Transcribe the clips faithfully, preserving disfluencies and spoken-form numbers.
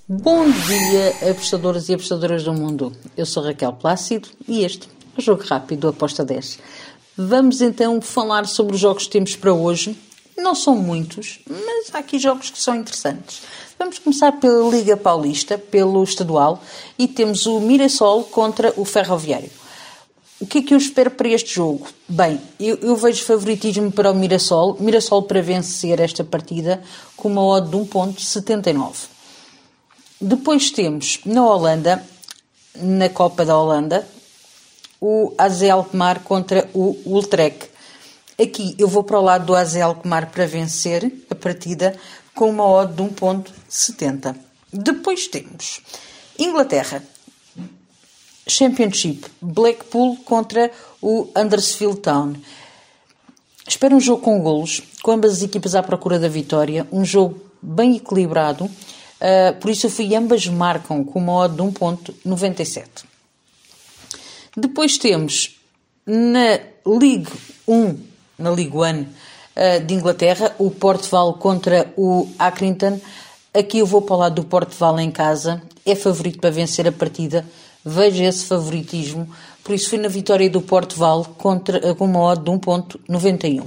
Bom dia, apostadoras e apostadoras do mundo. Eu sou Raquel Plácido e este é o Jogo Rápido do Aposta dez. Vamos então falar sobre os jogos que temos para hoje. Não são muitos, mas há aqui jogos que são interessantes. Vamos começar pela Liga Paulista, pelo estadual, e temos o Mirassol contra o Ferroviário. O que é que eu espero para este jogo? Bem, eu, eu vejo favoritismo para o Mirassol. Mirassol para vencer esta partida com uma odd de um ponto setenta e nove. Depois temos na Holanda, na Copa da Holanda, o A Z Alkmaar contra o Utrecht. Aqui eu vou para o lado do A Z Alkmaar para vencer a partida com uma odd de um ponto setenta. Depois temos Inglaterra, Championship, Blackpool contra o Huddersfield Town. Espero um jogo com golos, com ambas as equipas à procura da vitória, um jogo bem equilibrado, uh, por isso eu fui ambas marcam com uma odd de um ponto noventa e sete. Depois temos na Ligue um, na Ligue um uh, de Inglaterra, o Port Vale contra o Accrington. Aqui eu vou para o lado do Port Vale em casa, é favorito para vencer a partida. Veja esse favoritismo, por isso fui na vitória do Port Vale contra, com uma odd de um ponto noventa e um.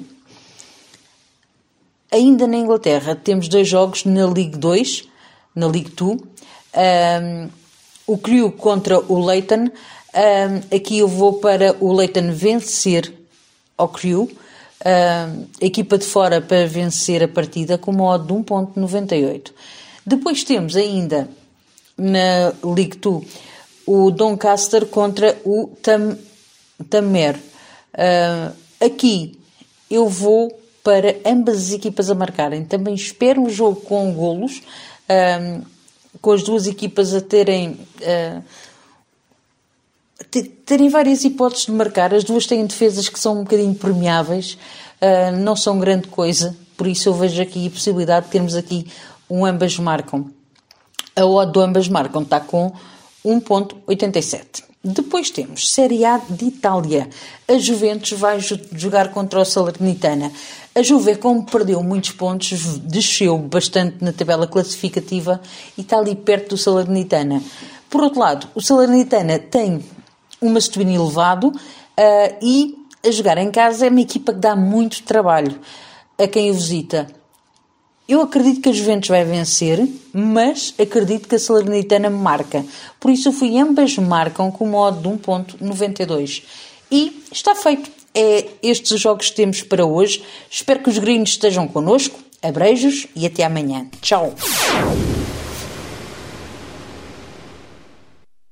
Ainda na Inglaterra temos dois jogos na Ligue dois, na Ligue dois, um, o Crewe contra o Leighton. Um, aqui eu vou para o Leighton vencer ao Crewe, um, a equipa de fora para vencer a partida com uma odd de um ponto noventa e oito. Depois temos ainda na Ligue dois o Doncaster contra o Tam, Tamer. Uh, aqui eu vou para ambas as equipas a marcarem. Também espero um jogo com golos, uh, com as duas equipas a terem, uh, terem várias hipóteses de marcar. As duas têm defesas que são um bocadinho permeáveis, uh, não são grande coisa, por isso eu vejo aqui a possibilidade de termos aqui um ambas marcam. A odd do ambas marcam está com um ponto oitenta e sete. Depois temos Série A de Itália. A Juventus vai jogar contra o Salernitana. A Juve, como perdeu muitos pontos, desceu bastante na tabela classificativa e está ali perto do Salernitana. Por outro lado, o Salernitana tem um masculino elevado uh, e a jogar em casa é uma equipa que dá muito trabalho a quem o visita. Eu acredito que a Juventus vai vencer, mas acredito que a Salernitana marca. Por isso eu fui ambas marcam com uma odd de um ponto noventa e dois. E está feito. É estes os jogos que temos para hoje. Espero que os gringos estejam connosco. Abreijos e até amanhã. Tchau.